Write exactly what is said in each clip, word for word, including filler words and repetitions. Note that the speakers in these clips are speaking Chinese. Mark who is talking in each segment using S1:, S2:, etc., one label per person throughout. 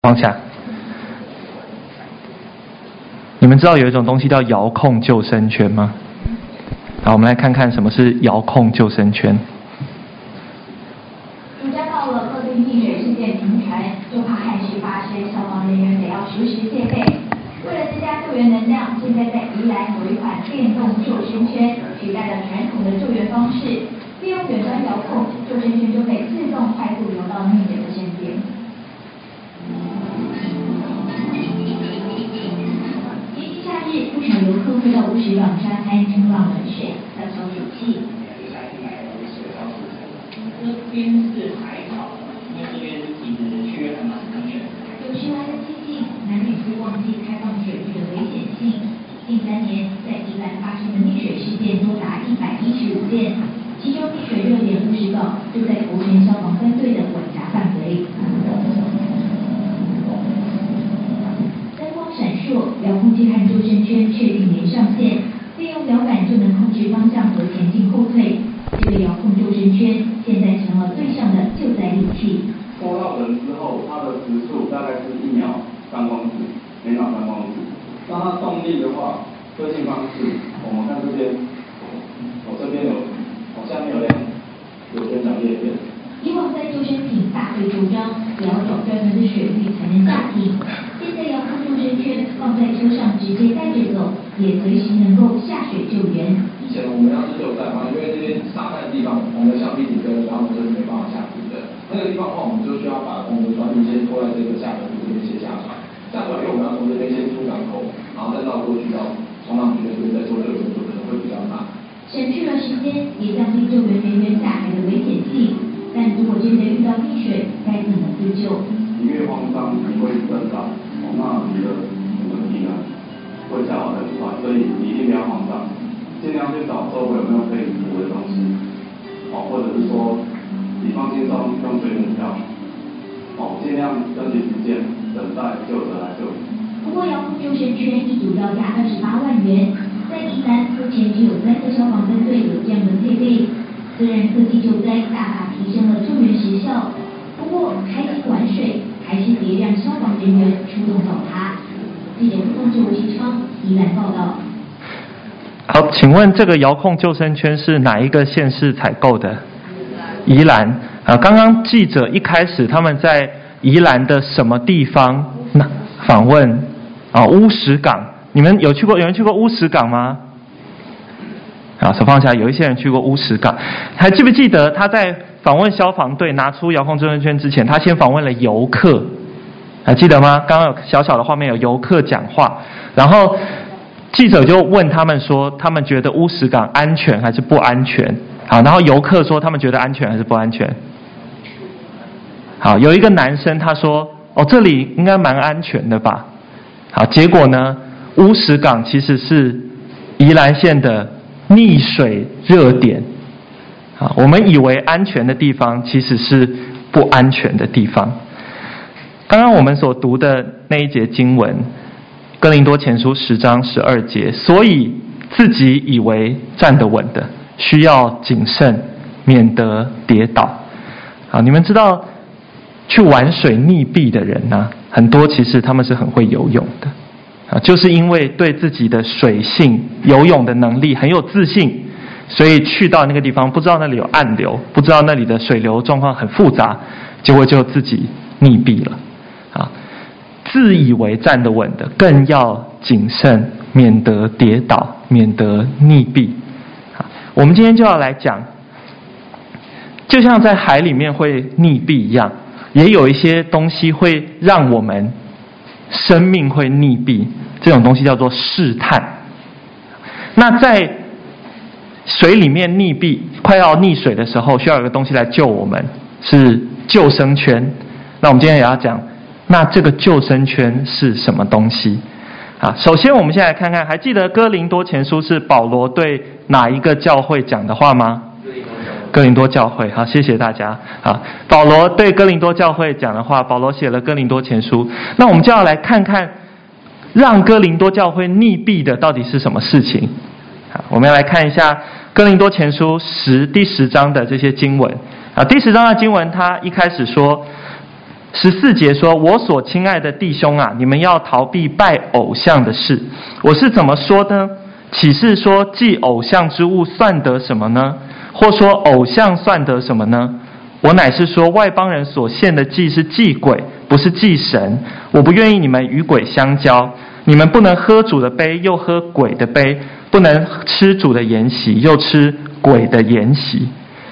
S1: 放下。你们知道有一种东西叫遥控救生圈吗？好，我们来看看什么是遥控救生圈。
S2: 暑假到了，各地溺水事件频传，就怕憾事发生，消防人员得要随时戒备。为了增加救援能量，现在在宜兰有一款电动救生圈，取代了传统的救援方式，利用远端遥控，救生圈就可以自动快速游到溺水的身边。节气夏日，不少游客会到乌石港沙滩冲浪玩水，要消暑气。
S3: 这边是海草，因为这边其实缺还蛮明显的。
S2: 有时来的季节，难免会忘记开放水域的危险性。近三年，在宜兰发生的溺水事件多达一百一十五件，其中溺水热点乌石港就在头前消防分队的管辖范围。灯光闪烁，遥控器和救生圈确定连上线，利用摇杆就能控制方向和前进后退。这个遥控救生圈现在成了队上的救灾利器。
S4: 拖到人之后，它的时速大概是一秒三公尺，每秒三公尺。那它动力的话，推进方式，我们看这边，我这边有，我下面有两，有边两列边。
S2: 以往在救生艇大费周章，也要找专门的水域才能下艇。现在遥控救生圈放在车上直接带着走，也随时能够下水救援。
S4: 以前我们要是救灾嘛，因为这边沙滩地方，我们的橡皮艇跟然后就是没办法下水的。那个地方的话，我们就需要把我们的船体先拖在这个下水这边先下船，下船以后我们要从这边先出港口，然后再绕过去到冲浪区那边再做救援，可能会比较难。
S2: 省去了时间，也降低救援人员下海的危险性。但如果真的遇到溺水，该怎么自救？
S4: 你越慌张，你会更糟，那你的整个体能会下滑得很快，所以你一定不要慌张，尽量去找周围有没有可以扶的东西，哦，或者是说你放轻松，用水母漂，哦，尽量争取时间，等待救者来救你。
S2: 不过遥控救生圈一组要价二十八万元，在宜兰目前只有三个消防分队有这样的配备。虽然科技救灾大大提升了救援时效，不过开心玩水还是别让消防人员出动找他。记者宋志武、西昌宜兰报道。
S1: 好，请问这个遥控救生圈是哪一个县市采购的？宜兰啊，刚刚记者一开始他们在宜兰的什么地方那访问啊？乌石港，你们有去过？有人去过乌石港吗？啊，手放下。有一些人去过乌石港，还记不记得他在访问消防队拿出遥控救生圈之前，他先访问了游客，还记得吗？刚刚有小小的画面，有游客讲话，然后记者就问他们说，他们觉得乌石港安全还是不安全？好，然后游客说他们觉得安全还是不安全？好，有一个男生他说，哦，这里应该蛮安全的吧？好，结果呢，乌石港其实是宜兰县的溺水热点。好，我们以为安全的地方，其实是不安全的地方。刚刚我们所读的那一节经文，哥林多前书十章十二节，所以自己以为站得稳的，需要谨慎，免得跌倒。好，你们知道去玩水溺毙的人呢、啊，很多其实他们是很会游泳的。啊，就是因为对自己的水性、游泳的能力很有自信，所以去到那个地方，不知道那里有暗流，不知道那里的水流状况很复杂，结果就自己溺毙了。啊，自以为站得稳的，更要谨慎，免得跌倒，免得溺毙。啊，我们今天就要来讲，就像在海里面会溺毙一样，也有一些东西会让我们生命会溺毙，这种东西叫做试探。那在水里面溺毙，快要溺水的时候，需要有个东西来救我们，是救生圈。那我们今天也要讲，那这个救生圈是什么东西？啊，首先我们先来看看，还记得哥林多前书是保罗对哪一个教会讲的话吗？哥林多教会。好，谢谢大家。好，保罗对哥林多教会讲的话，保罗写了哥林多前书。那我们就要来看看，让哥林多教会溺毙的到底是什么事情？好，我们要来看一下哥林多前书十第十章的这些经文。啊，第十章的经文，他一开始说， 十四节说：“我所亲爱的弟兄啊，你们要逃避拜偶像的事。”我是怎么说呢？启示说：“祭偶像之物算得什么呢？或说偶像算得什么呢？我乃是说，外邦人所献的祭是祭鬼，不是祭神。我不愿意你们与鬼相交。你们不能喝主的杯，又喝鬼的杯；不能吃主的筵席，又吃鬼的筵席。”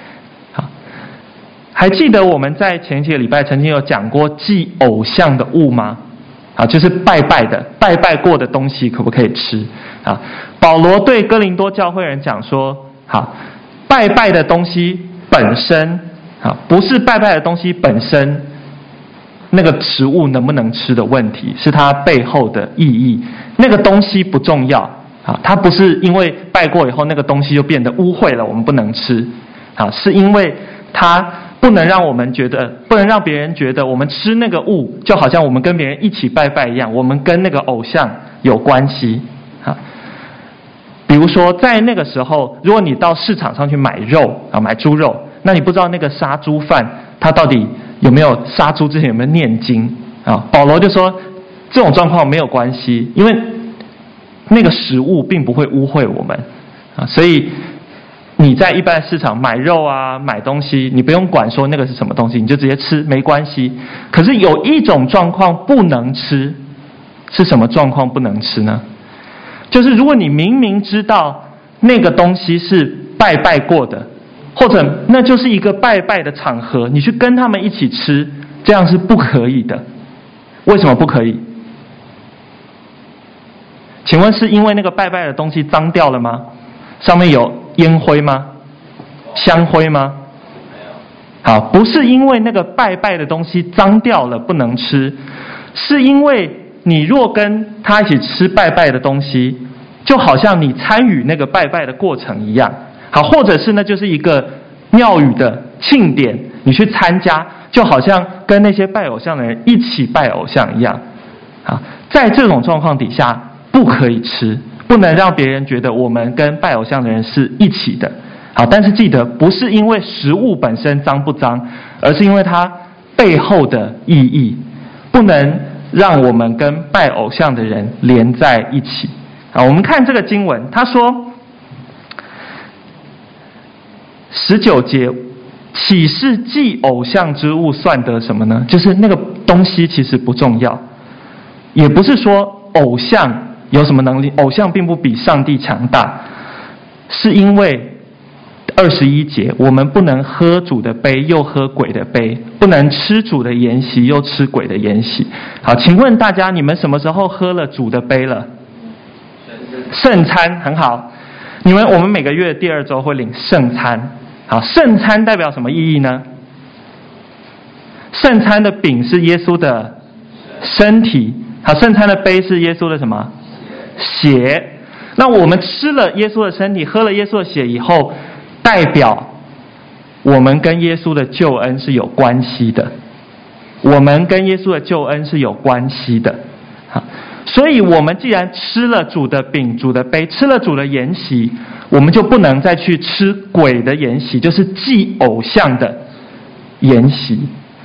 S1: 还记得我们在前几个礼拜曾经有讲过祭偶像的物吗？啊，就是拜拜的、拜拜过的东西可不可以吃？啊，保罗对哥林多教会人讲说：好，拜拜的东西本身，啊，不是拜拜的东西本身那个食物能不能吃的问题，是它背后的意义。那个东西不重要，啊，它不是因为拜过以后那个东西就变得污秽了，我们不能吃，啊，是因为它不能让我们觉得，不能让别人觉得我们吃那个物就好像我们跟别人一起拜拜一样，我们跟那个偶像有关系啊。比如说在那个时候，如果你到市场上去买肉啊，买猪肉，那你不知道那个杀猪贩他到底有没有杀猪之前有没有念经啊？保罗就说这种状况没有关系，因为那个食物并不会污秽我们啊，所以你在一般市场买肉啊、买东西，你不用管说那个是什么东西，你就直接吃，没关系。可是有一种状况不能吃，是什么状况不能吃呢？就是如果你明明知道那个东西是拜拜过的，或者那就是一个拜拜的场合，你去跟他们一起吃，这样是不可以的。为什么不可以？请问是因为那个拜拜的东西脏掉了吗？上面有烟灰吗？香灰吗？好，不是因为那个拜拜的东西脏掉了不能吃，是因为你若跟他一起吃拜拜的东西，就好像你参与那个拜拜的过程一样。好，或者是呢，就是一个庙宇的庆典，你去参加，就好像跟那些拜偶像的人一起拜偶像一样。好，在这种状况底下，不可以吃。不能让别人觉得我们跟拜偶像的人是一起的。好，但是记得不是因为食物本身脏不脏，而是因为它背后的意义，不能让我们跟拜偶像的人连在一起。好，我们看这个经文，他说十九节，岂是祭偶像之物算得什么呢？就是那个东西其实不重要，也不是说偶像有什么能力？偶像并不比上帝强大，是因为二十一节，我们不能喝主的杯，又喝鬼的杯；不能吃主的筵席，又吃鬼的筵席。好，请问大家，你们什么时候喝了主的杯了？圣餐，很好。你们，我们每个月第二周会领圣餐。好，圣餐代表什么意义呢？圣餐的饼是耶稣的身体，好，圣餐的杯是耶稣的什么？血。那我们吃了耶稣的身体，喝了耶稣的血以后，代表我们跟耶稣的救恩是有关系的。我们跟耶稣的救恩是有关系的。好，所以我们既然吃了主的饼、主的杯，吃了主的筵席，我们就不能再去吃鬼的筵席，就是祭偶像的筵席。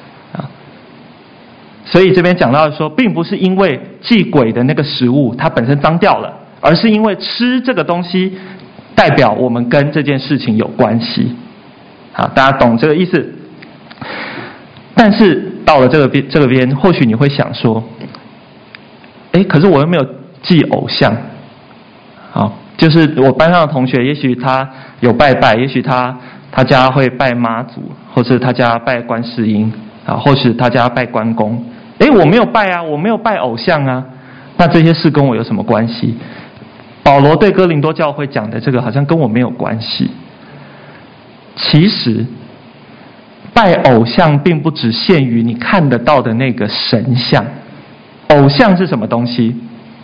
S1: 所以这边讲到说，并不是因为祭鬼的那个食物它本身脏掉了，而是因为吃这个东西代表我们跟这件事情有关系。好，大家懂这个意思？但是到了这个边这个边，或许你会想说，哎，可是我又没有祭偶像。好，就是我班上的同学，也许他有拜拜，也许他他家会拜妈祖，或是他家拜观世音啊，或是他家拜关公。诶，我没有拜啊，我没有拜偶像啊，那这些事跟我有什么关系？保罗对哥林多教会讲的这个好像跟我没有关系。其实拜偶像并不只限于你看得到的那个神像。偶像是什么东西？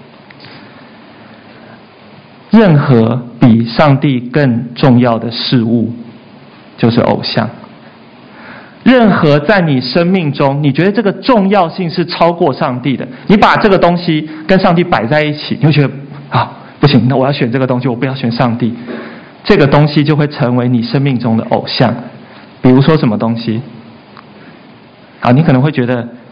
S1: 任何比上帝更重要的事物就是偶像。任何在你生命中你觉得这个重要性是超过上帝的，你把这个东西跟上帝摆在一起，你会觉得啊，不行，那我要选这个东西，我不要选上帝。这个东西就会成为你生命中的偶像。比如说什么东西？好，你可能会觉得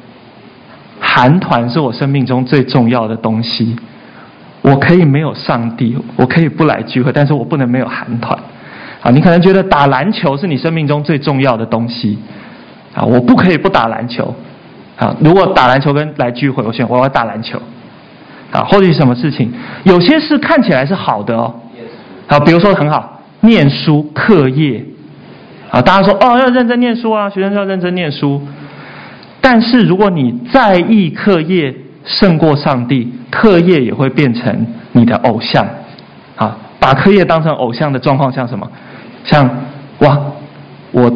S1: 韩团是我生命中最重要的东西。我可以没有上帝，我可以不来聚会，但是我不能没有韩团。啊，你可能觉得打篮球是你生命中最重要的东西。啊，我不可以不打篮球。啊，如果打篮球跟来聚会，我选我要打篮球。啊，或者什么事情，有些事看起来是好的哦。啊，比如说很好，念书、课业。啊，大家说哦要认真念书啊，学生要认真念书。但是如果你在意课业胜过上帝，课业也会变成你的偶像。啊，把课业当成偶像的状况像什么？像哇，我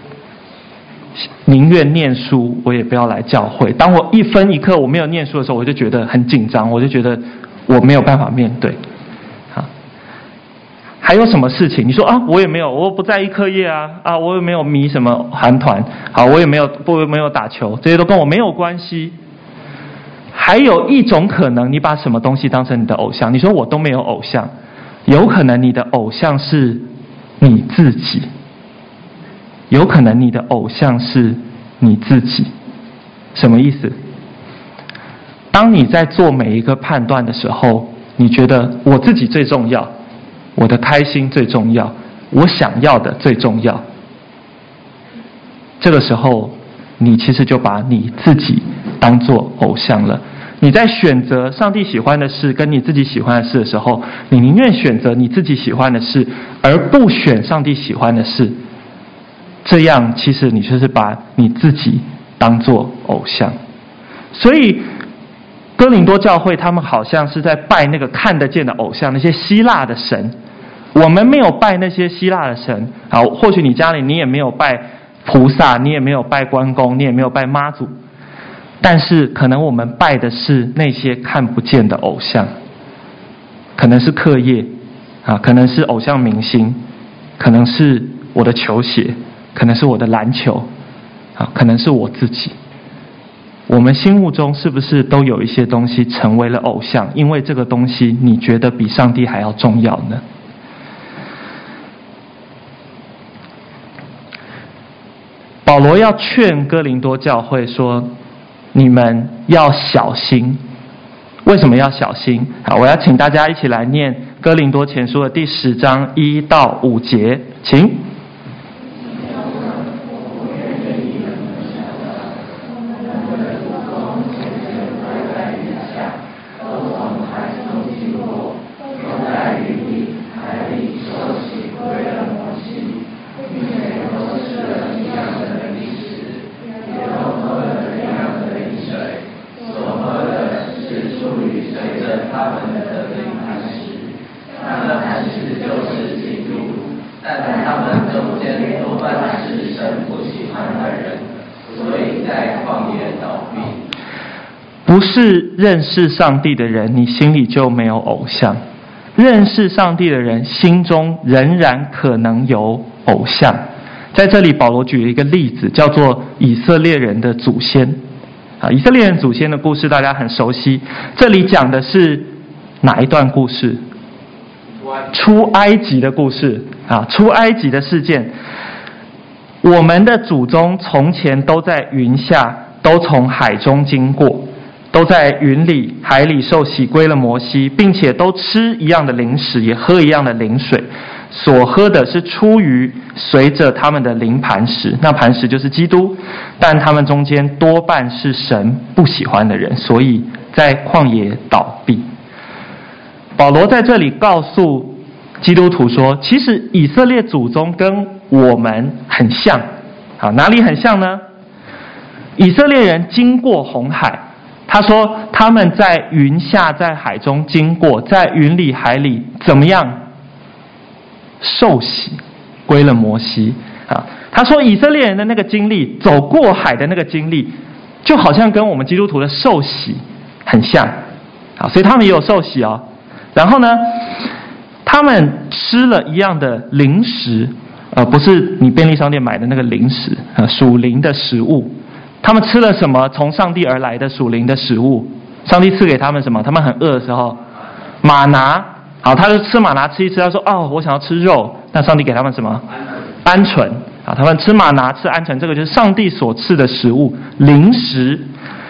S1: 宁愿念书，我也不要来教会。当我一分一刻我没有念书的时候，我就觉得很紧张，我就觉得我没有办法面对。啊，还有什么事情？你说啊，我也没有，我不在意课业啊，啊，我也没有迷什么韩团，好，我也没有不没有打球，这些都跟我没有关系。还有一种可能，你把什么东西当成你的偶像？你说我都没有偶像，有可能你的偶像是你自己，有可能你的偶像是你自己。什么意思？当你在做每一个判断的时候，你觉得我自己最重要，我的开心最重要，我想要的最重要，这个时候你其实就把你自己当作偶像了。你在选择上帝喜欢的事跟你自己喜欢的事的时候，你宁愿选择你自己喜欢的事，而不选上帝喜欢的事。这样其实你就是把你自己当作偶像。所以哥林多教会他们好像是在拜那个看得见的偶像，那些希腊的神。我们没有拜那些希腊的神。好，或许你家里你也没有拜菩萨，你也没有拜关公，你也没有拜妈祖，但是可能我们拜的是那些看不见的偶像，可能是课业啊，可能是偶像明星，可能是我的球鞋，可能是我的篮球啊，可能是我自己。我们心目中是不是都有一些东西成为了偶像？因为这个东西你觉得比上帝还要重要呢？保罗要劝哥林多教会说，你们要小心。为什么要小心？好，我要请大家一起来念哥林多前书的第十章一到五节，请。不是认识上帝的人，你心里就没有偶像；认识上帝的人，心中仍然可能有偶像。在这里，保罗举了一个例子，叫做以色列人的祖先。啊，以色列人祖先的故事大家很熟悉。这里讲的是哪一段故事？出埃及的故事啊，出埃及的事件。我们的祖宗从前都在云下，都从海中经过。都在云里海里受洗归了摩西，并且都吃一样的零食，也喝一样的灵水，所喝的是出于随着他们的灵磐石，那磐石就是基督，但他们中间多半是神不喜欢的人，所以在旷野倒闭。保罗在这里告诉基督徒说，其实以色列祖宗跟我们很像。好，哪里很像呢？以色列人经过红海，他说他们在云下，在海中经过，在云里海里怎么样？受洗归了摩西啊。他说以色列人的那个经历，走过海的那个经历，就好像跟我们基督徒的受洗很像啊，所以他们也有受洗哦。然后呢，他们吃了一样的零食，呃，不是你便利商店买的那个零食，呃，属灵的食物。他们吃了什么？从上帝而来的属灵的食物。上帝赐给他们什么？他们很饿的时候，玛拿。好，他就吃玛拿吃一吃，他说：“哦，我想要吃肉。”那上帝给他们什么？鹌鹑。啊，他们吃玛拿吃鹌鹑，这个就是上帝所赐的食物，零食。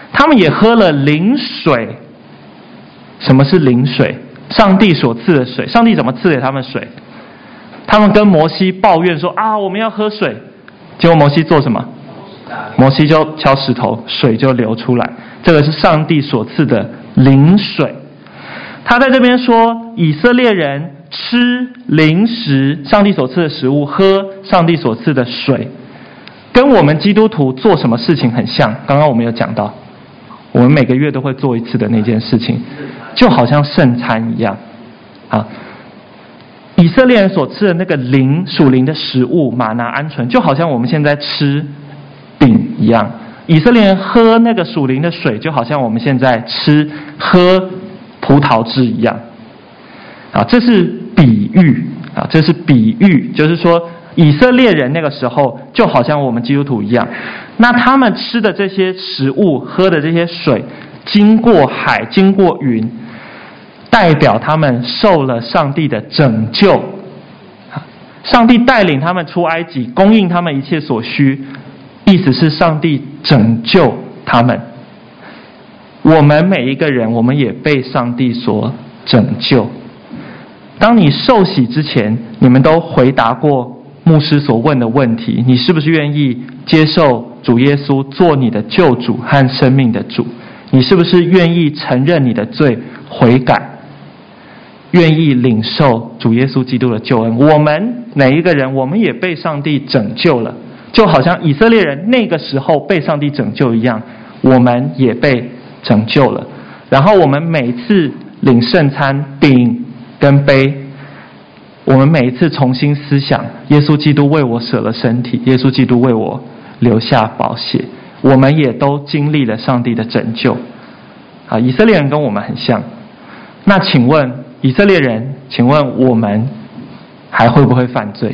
S1: 他们也喝了灵水。什么是灵水？上帝所赐的水。上帝怎么赐给他们水？他们跟摩西抱怨说啊，我们要喝水。结果摩西做什么？摩西就敲石头，水就流出来。这个是上帝所赐的灵水。他在这边说，以色列人吃灵食，上帝所赐的食物，喝上帝所赐的水，跟我们基督徒做什么事情很像。刚刚我们有讲到，我们每个月都会做一次的那件事情，就好像圣餐一样啊。以色列人所吃的那个灵属灵的食物玛拿鹌鹑，就好像我们现在吃饼一样。以色列人喝那个属灵的水，就好像我们现在吃喝葡萄汁一样啊。这是比喻啊，这是比喻，就是说以色列人那个时候就好像我们基督徒一样，那他们吃的这些食物，喝的这些水，经过海，经过云，代表他们受了上帝的拯救。上帝带领他们出埃及，供应他们一切所需，意思是上帝拯救他们。我们每一个人，我们也被上帝所拯救。当你受洗之前，你们都回答过牧师所问的问题，你是不是愿意接受主耶稣做你的救主和生命的主？你是不是愿意承认你的罪，悔改，愿意领受主耶稣基督的救恩？我们每一个人，我们也被上帝拯救了，就好像以色列人那个时候被上帝拯救一样，我们也被拯救了。然后我们每次领圣餐，饼跟杯，我们每一次重新思想，耶稣基督为我舍了身体，耶稣基督为我留下宝血，我们也都经历了上帝的拯救啊！以色列人跟我们很像。那请问以色列人，请问我们还会不会犯罪？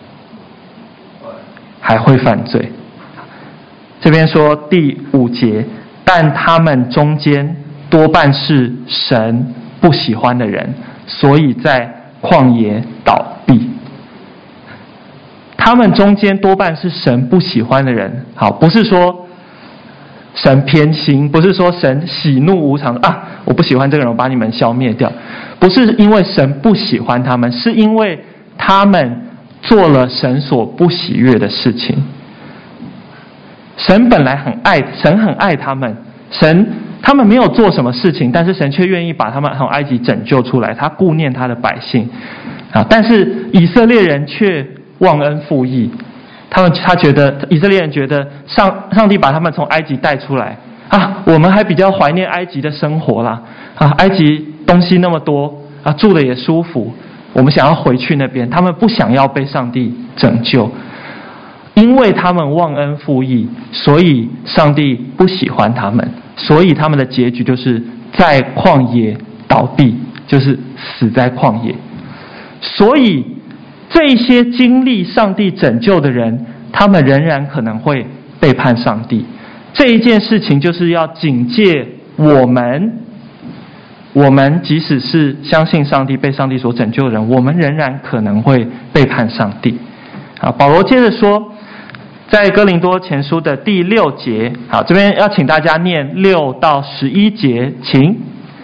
S1: 还会犯罪。这边说第五节，但他们中间多半是神不喜欢的人，所以在旷野倒闭。他们中间多半是神不喜欢的人。好，不是说神偏心，不是说神喜怒无常啊，我不喜欢这个人，我把你们消灭掉。不是因为神不喜欢他们，是因为他们做了神所不喜悦的事情。神本来很爱，神很爱他们，神他们没有做什么事情，但是神却愿意把他们从埃及拯救出来，他顾念他的百姓啊。但是以色列人却忘恩负义，他们他觉得以色列人觉得上上帝把他们从埃及带出来啊，我们还比较怀念埃及的生活啦啊，埃及东西那么多啊，住的也舒服，我们想要回去那边。他们不想要被上帝拯救，因为他们忘恩负义，所以上帝不喜欢他们，所以他们的结局就是在旷野倒闭，就是死在旷野。所以这些经历上帝拯救的人，他们仍然可能会背叛上帝。这一件事情就是要警戒我们，我们即使是相信上帝、被上帝所拯救的人，我们仍然可能会背叛上帝。啊，保罗接着说，在哥林多前书的第六节，好，这边要请大家念六到十一节，请。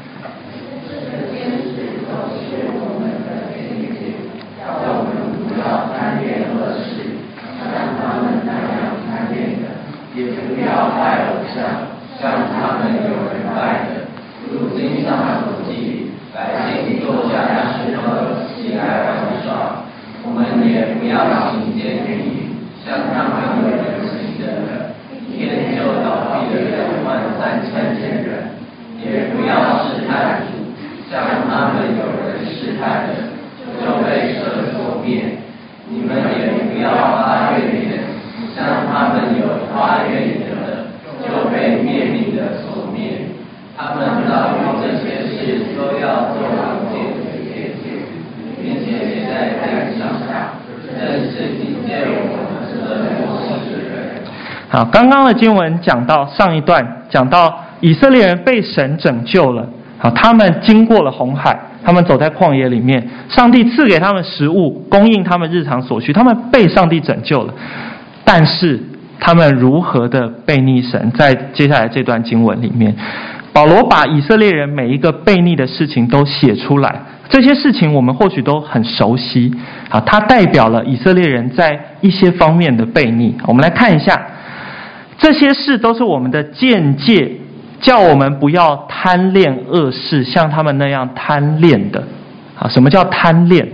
S1: 好，刚刚的经文讲到上一段，讲到以色列人被神拯救了。好，他们经过了红海，他们走在旷野里面，上帝赐给他们食物，供应他们日常所需，他们被上帝拯救了。但是他们如何的悖逆神。在接下来这段经文里面，保罗把以色列人每一个悖逆的事情都写出来，这些事情我们或许都很熟悉啊，它代表了以色列人在一些方面的悖逆。我们来看一下，这些事都是我们的鉴戒，叫我们不要贪恋恶事，像他们那样贪恋的。啊，什么叫贪恋？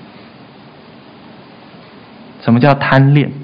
S1: 什么叫贪恋？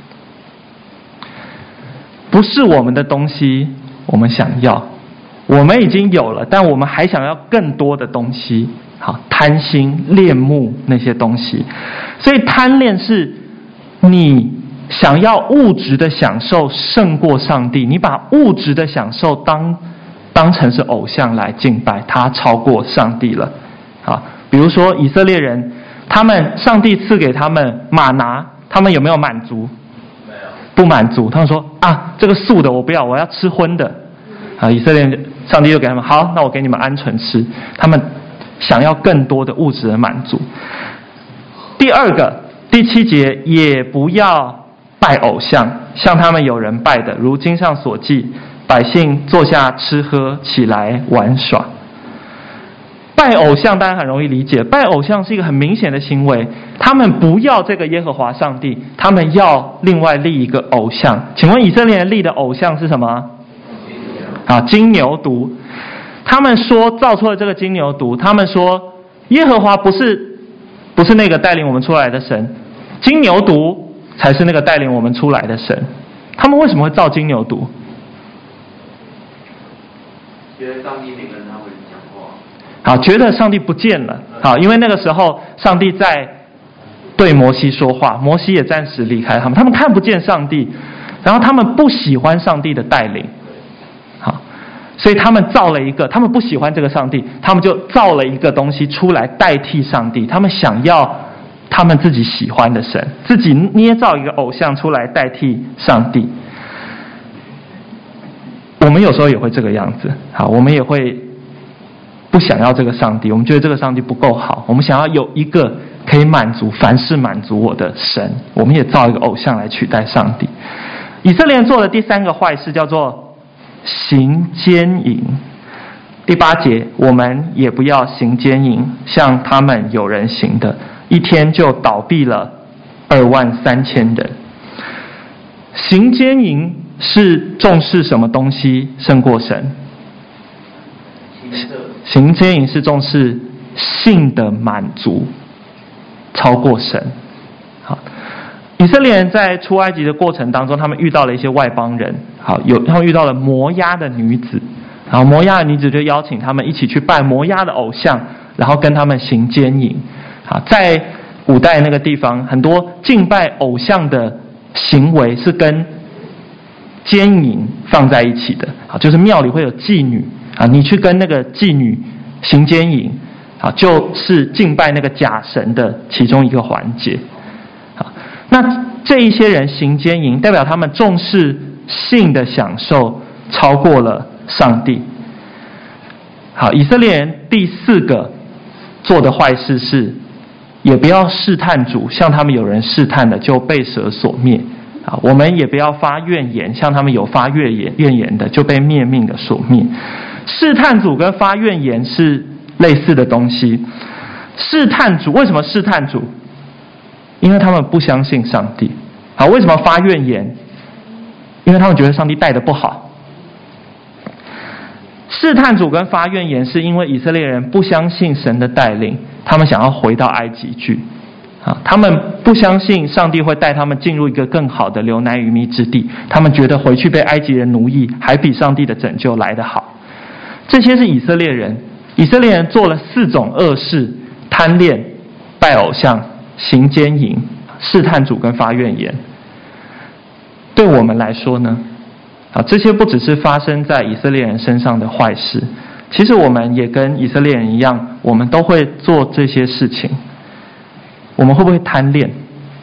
S1: 不是我们的东西我们想要，我们已经有了，但我们还想要更多的东西。好，贪心恋慕那些东西。所以贪恋是你想要物质的享受胜过上帝，你把物质的享受当当成是偶像来敬拜，它超过上帝了。啊，比如说以色列人，他们上帝赐给他们玛拿，他们有没有满足？没有，不满足。他们说啊，这个素的我不要，我要吃荤的。啊，以色列人，上帝就给他们，好，那我给你们鹌鹑吃。他们想要更多的物质的满足。第二个，第七节，也不要拜偶像，像他们有人拜的，如经上所记，百姓坐下吃喝，起来玩耍。拜偶像当然很容易理解，拜偶像是一个很明显的行为。他们不要这个耶和华上帝，他们要另外立一个偶像。请问以色列人立的偶像是什么？啊，金牛犊。他们说造出了这个金牛犊，他们说耶和华不是不是那个带领我们出来的神，金牛犊才是那个带领我们出来的神。他们为什么会造金牛犊？
S5: 觉得上帝没跟他们讲话。
S1: 好，觉得上帝不见了。好，因为那个时候上帝在对摩西说话，摩西也暂时离开他们，他们看不见上帝，然后他们不喜欢上帝的带领。好，所以他们造了一个，他们不喜欢这个上帝，他们就造了一个东西出来代替上帝，他们想要他们自己喜欢的神，自己捏造一个偶像出来代替上帝。我们有时候也会这个样子。好，我们也会不想要这个上帝，我们觉得这个上帝不够好，我们想要有一个可以满足凡事满足我的神，我们也造一个偶像来取代上帝。以色列人做的第三个坏事叫做行奸淫。第八节，我们也不要行奸淫，像他们有人行的，一天就倒闭了二万三千人。行奸淫是重视什么东西胜过神？行奸淫是重视性的满足超过神。好，以色列人在出埃及的过程当中，他们遇到了一些外邦人。好，有他们遇到了摩押的女子，然后摩押的女子就邀请他们一起去拜摩押的偶像，然后跟他们行奸淫。好，在古代那个地方，很多敬拜偶像的行为是跟奸淫放在一起的。好，就是庙里会有妓女啊，你去跟那个妓女行奸淫，啊，就是敬拜那个假神的其中一个环节。好，那这一些人行奸淫，代表他们重视性的享受超过了上帝。好，以色列人第四个做的坏事是，也不要试探主，像他们有人试探的就被蛇所灭。啊，我们也不要发怨言，像他们有发怨言怨言的就被灭命的所灭。试探主跟发怨言是类似的东西。试探主，为什么试探主？因为他们不相信上帝。好，为什么发怨言？因为他们觉得上帝带的不好。试探主跟发怨言是因为以色列人不相信神的带领，他们想要回到埃及去。啊，他们不相信上帝会带他们进入一个更好的流奶与蜜之地，他们觉得回去被埃及人奴役还比上帝的拯救来得好。这些是以色列人，以色列人做了四种恶事：贪恋、拜偶像、行奸淫、试探主跟发怨言。对我们来说呢？啊，这些不只是发生在以色列人身上的坏事，其实我们也跟以色列人一样，我们都会做这些事情。我们会不会贪恋？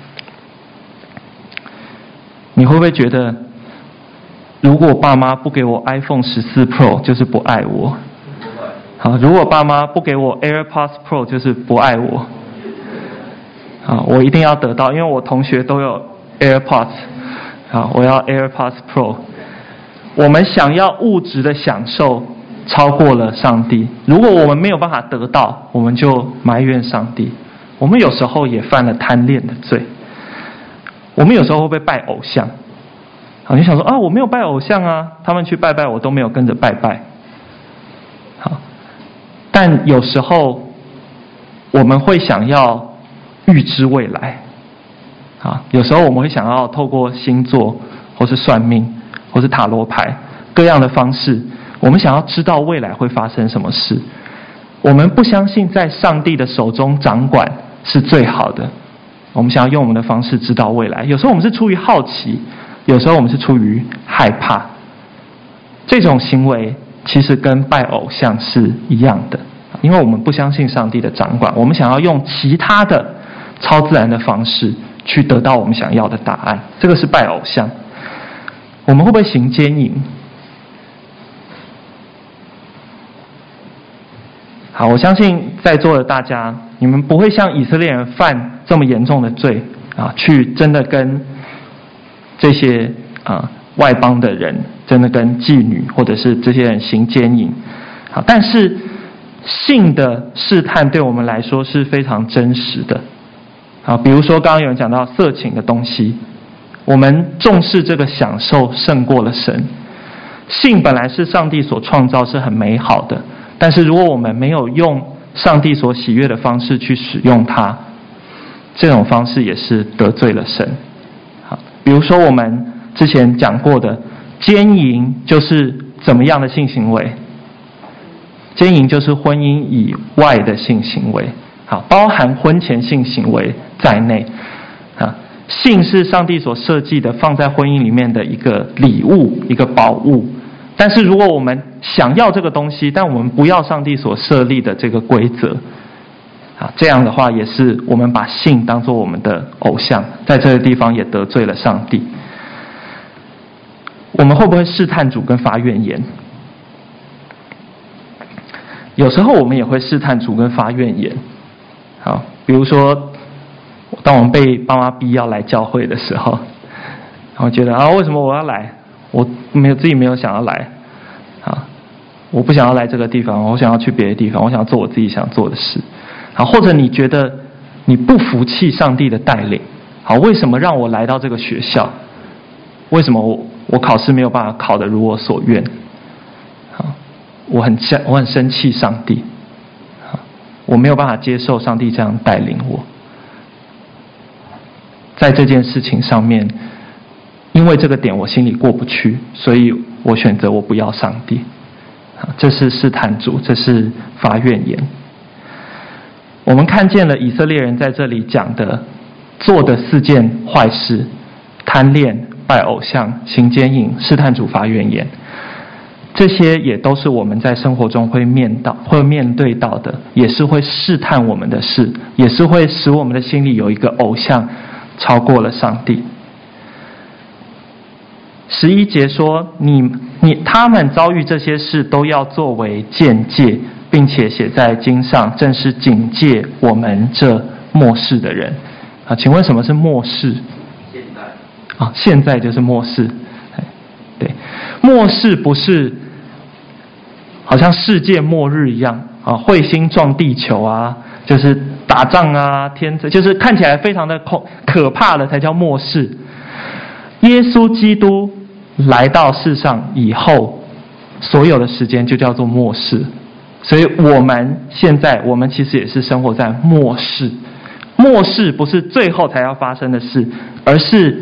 S1: 你会不会觉得，如果爸妈不给我 iPhone 十四 Pro 就是不爱我？好，如果爸妈不给我 AirPods Pro 就是不爱我。好，我一定要得到，因为我同学都有 AirPods， 好，我要 AirPods Pro。我们想要物质的享受超过了上帝，如果我们没有办法得到，我们就埋怨上帝。我们有时候也犯了贪恋的罪。我们有时候会不会拜偶像？好，你想说啊，我没有拜偶像啊，他们去拜拜，我都没有跟着拜拜。好，但有时候我们会想要预知未来。啊，有时候我们会想要透过星座，或是算命，或是塔罗牌各样的方式，我们想要知道未来会发生什么事。我们不相信在上帝的手中掌管是最好的，我们想要用我们的方式知道未来。有时候我们是出于好奇，有时候我们是出于害怕。这种行为其实跟拜偶像是一样的，因为我们不相信上帝的掌管，我们想要用其他的超自然的方式去得到我们想要的答案，这个是拜偶像。我们会不会行奸淫？好，我相信在座的大家，你们不会像以色列人犯这么严重的罪啊，去真的跟这些啊外邦的人，真的跟妓女或者是这些人行奸淫。好，但是性的试探对我们来说是非常真实的。啊，比如说刚刚有人讲到色情的东西，我们重视这个享受胜过了神。性本来是上帝所创造，是很美好的，但是如果我们没有用上帝所喜悦的方式去使用它，这种方式也是得罪了神。好，比如说我们之前讲过的奸淫就是怎么样的性行为？奸淫就是婚姻以外的性行为。好，包含婚前性行为在内。啊，性是上帝所设计的，放在婚姻里面的一个礼物，一个宝物。但是如果我们想要这个东西，但我们不要上帝所设立的这个规则，啊，这样的话也是我们把性当作我们的偶像，在这个地方也得罪了上帝。我们会不会试探主跟发怨言？有时候我们也会试探主跟发怨言。好，比如说，当我们被爸妈逼要来教会的时候，然后觉得啊，为什么我要来？我没有自己没有想要来，啊，我不想要来这个地方，我想要去别的地方，我想要做我自己想做的事。好，或者你觉得你不服气上帝的带领，好，为什么让我来到这个学校？为什么我我考试没有办法考得如我所愿？好，我很生我很生气上帝。我没有办法接受上帝这样带领我，在这件事情上面，因为这个点我心里过不去，所以我选择我不要上帝。这是试探主，这是发怨言。我们看见了以色列人在这里讲的做的四件坏事：贪恋、拜偶像、行奸淫、试探主、发怨言。这些也都是我们在生活中会面到、会面对到的，也是会试探我们的事，也是会使我们的心里有一个偶像超过了上帝。十一节说，你你他们遭遇这些事，都要作为鉴戒，并且写在经上，正是警戒我们这末世的人。啊，请问什么是末世？
S5: 现在
S1: 啊，现在就是末世。对，末世不是好像世界末日一样啊，彗星撞地球啊，就是打仗啊，天灾，就是看起来非常的恐可怕的才叫末世。耶稣基督来到世上以后，所有的时间就叫做末世。所以我们现在，我们其实也是生活在末世。末世不是最后才要发生的事，而是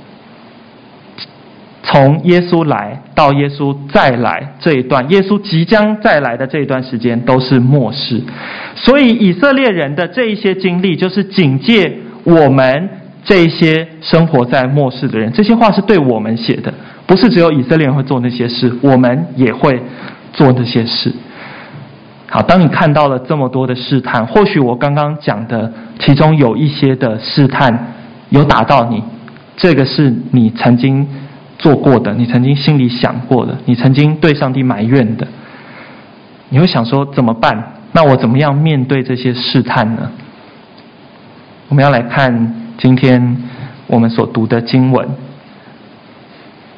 S1: 从耶稣来到耶稣再来这一段，耶稣即将再来的这一段时间都是末世。所以以色列人的这一些经历，就是警戒我们这一些生活在末世的人。这些话是对我们写的，不是只有以色列人会做那些事，我们也会做那些事。好，当你看到了这么多的试探，或许我刚刚讲的其中有一些的试探有打到你，这个是你曾经做过的，你曾经心里想过的，你曾经对上帝埋怨的，你会想说怎么办？那我怎么样面对这些试探呢？我们要来看今天我们所读的经文，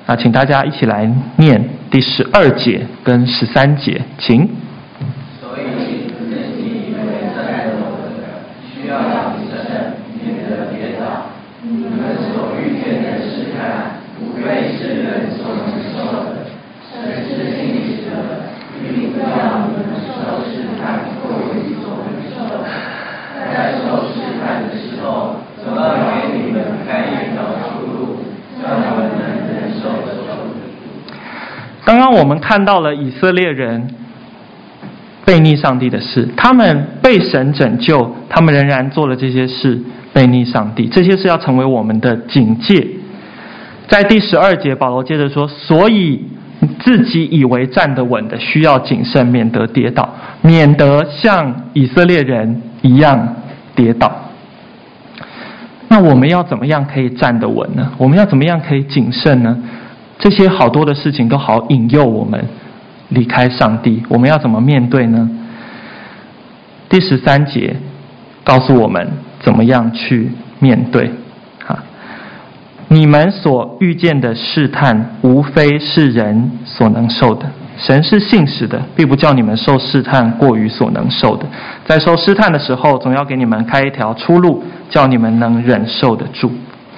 S1: 啊，请大家一起来念第十二节跟十三节，请。
S5: 所以自己以为站得稳的，需要谨慎，免得跌倒。你们所遇见的试探，无非是人所能受的，神是信实的，并不要你们受试探过于所能受的。在受试探的时候，总要给你们开一条出路，叫你们能忍受得住。
S1: 刚刚我们看到了以色列人悖逆上帝的事，他们被神拯救，他们仍然做了这些事，悖逆上帝，这些是要成为我们的警戒。在第十二节，保罗接着说，所以自己以为站得稳的，需要谨慎，免得跌倒，免得像以色列人一样跌倒。那我们要怎么样可以站得稳呢？我们要怎么样可以谨慎呢？这些好多的事情都好引诱我们离开上帝，我们要怎么面对呢？第十三节告诉我们怎么样去面对。你们所遇见的试探，无非是人所能受的。神是信实的，并不叫你们受试探过于所能受的。在受试探的时候，总要给你们开一条出路，叫你们能忍受得住。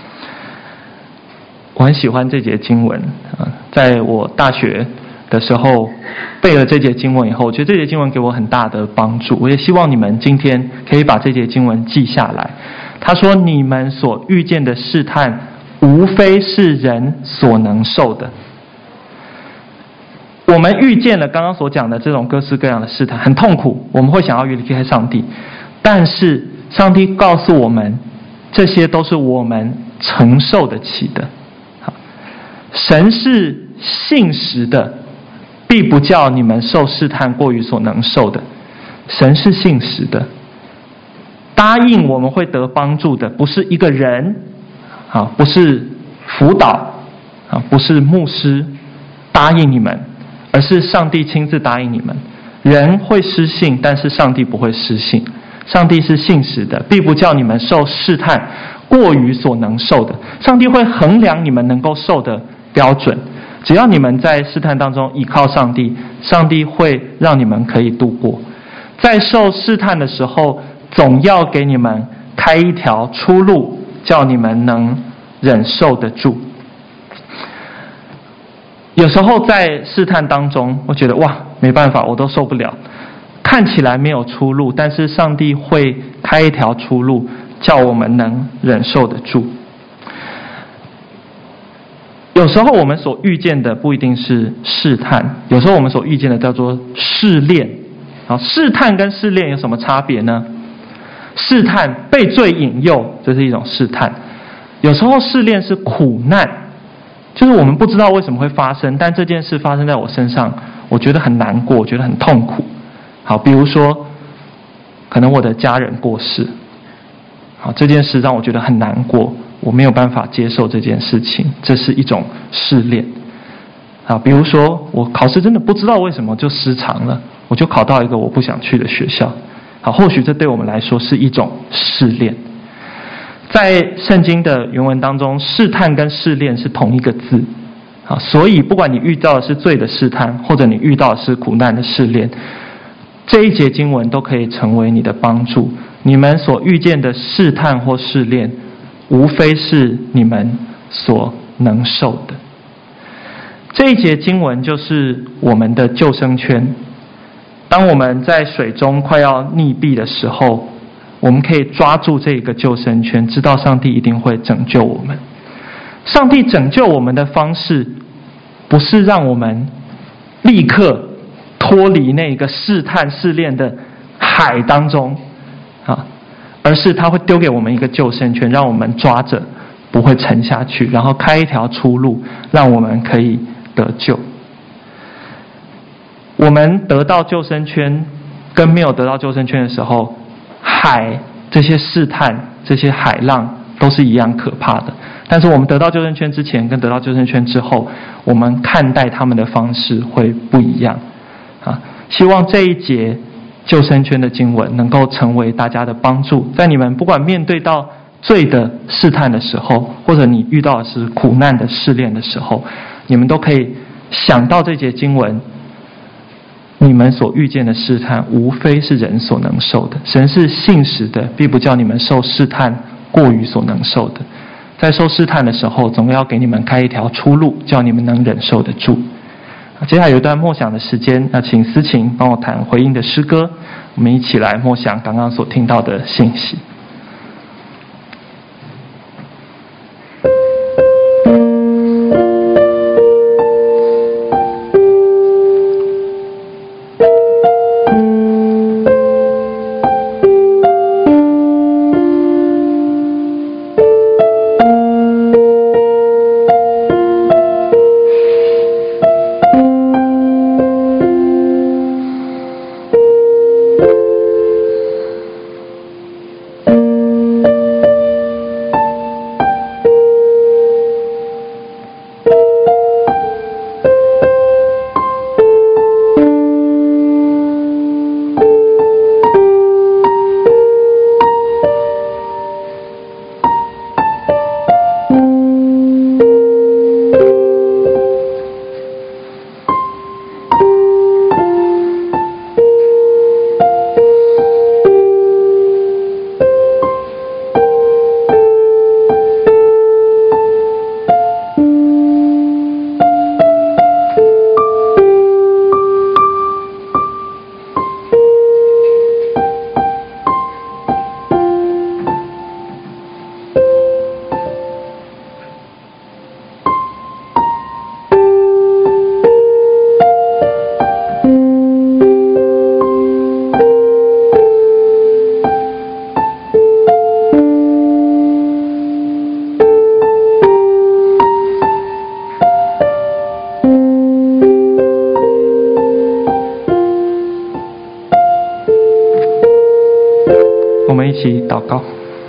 S1: 我很喜欢这节经文啊，在我大学的时候背了这节经文以后，我觉得这节经文给我很大的帮助。我也希望你们今天可以把这节经文记下来。他说：“你们所遇见的试探，无非是人所能受的。”我们遇见了刚刚所讲的这种各式各样的试探，很痛苦，我们会想要离开上帝。但是上帝告诉我们，这些都是我们承受得起的。神是信实的，必不叫你们受试探过于所能受的。神是信实的，答应我们会得帮助的，不是一个人啊，不是辅导啊，不是牧师答应你们，而是上帝亲自答应你们。人会失信，但是上帝不会失信。上帝是信实的，必不叫你们受试探过于所能受的。上帝会衡量你们能够受的标准，只要你们在试探当中依靠上帝，上帝会让你们可以度过。在受试探的时候，总要给你们开一条出路，叫你们能忍受得住。有时候在试探当中，我觉得哇，没办法，我都受不了，看起来没有出路，但是上帝会开一条出路，叫我们能忍受得住。有时候我们所遇见的不一定是试探，有时候我们所遇见的叫做试炼。好，试探跟试炼有什么差别呢？试探被罪引诱，这是一种试探。有时候试炼是苦难，就是我们不知道为什么会发生，但这件事发生在我身上，我觉得很难过，我觉得很痛苦。好，比如说可能我的家人过世，好，这件事让我觉得很难过，我没有办法接受这件事情，这是一种试炼。啊，比如说我考试真的不知道为什么就失常了，我就考到一个我不想去的学校。好，或许这对我们来说是一种试炼。在圣经的原文当中，试探跟试炼是同一个字。好，所以不管你遇到的是罪的试探，或者你遇到的是苦难的试炼，这一节经文都可以成为你的帮助。你们所遇见的试探或试炼，无非是你们所能受的。这一节经文就是我们的救生圈。当我们在水中快要溺毙的时候，我们可以抓住这个救生圈，知道上帝一定会拯救我们。上帝拯救我们的方式，不是让我们立刻脱离那个试探试炼的海当中啊，而是他会丢给我们一个救生圈，让我们抓着不会沉下去，然后开一条出路，让我们可以得救。我们得到救生圈跟没有得到救生圈的时候，海这些试探这些海浪都是一样可怕的。但是我们得到救生圈之前跟得到救生圈之后，我们看待他们的方式会不一样啊！希望这一节救生圈的经文能够成为大家的帮助，在你们不管面对到罪的试探的时候，或者你遇到的是苦难的试炼的时候， 你们都可以想到这节经文，你们所遇见的试探，无非是人所能受的。神是信实的，必不叫你们受试探过于所能受的。在受试探的时候，总要给你们开一条出路，叫你们能忍受得住。接下来有一段默想的时间，那请思琴帮我弹回应的诗歌，我们一起来默想刚刚所听到的信息。我们一起祷告。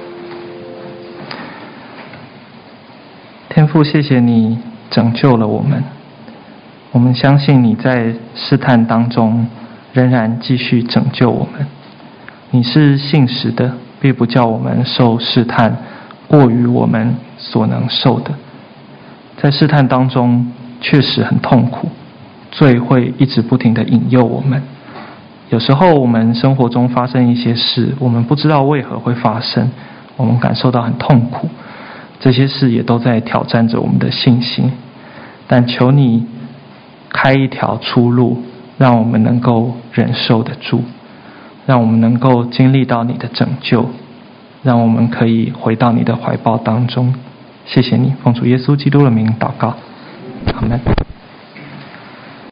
S1: 天父，谢谢你拯救了我们，我们相信你在试探当中仍然继续拯救我们。你是信实的，必不叫我们受试探过于我们所能受的。在试探当中确实很痛苦，罪会一直不停地引诱我们。有时候我们生活中发生一些事，我们不知道为何会发生，我们感受到很痛苦，这些事也都在挑战着我们的信心。但求你开一条出路，让我们能够忍受得住，让我们能够经历到你的拯救，让我们可以回到你的怀抱当中。谢谢你，奉主耶稣基督的名祷告，阿们。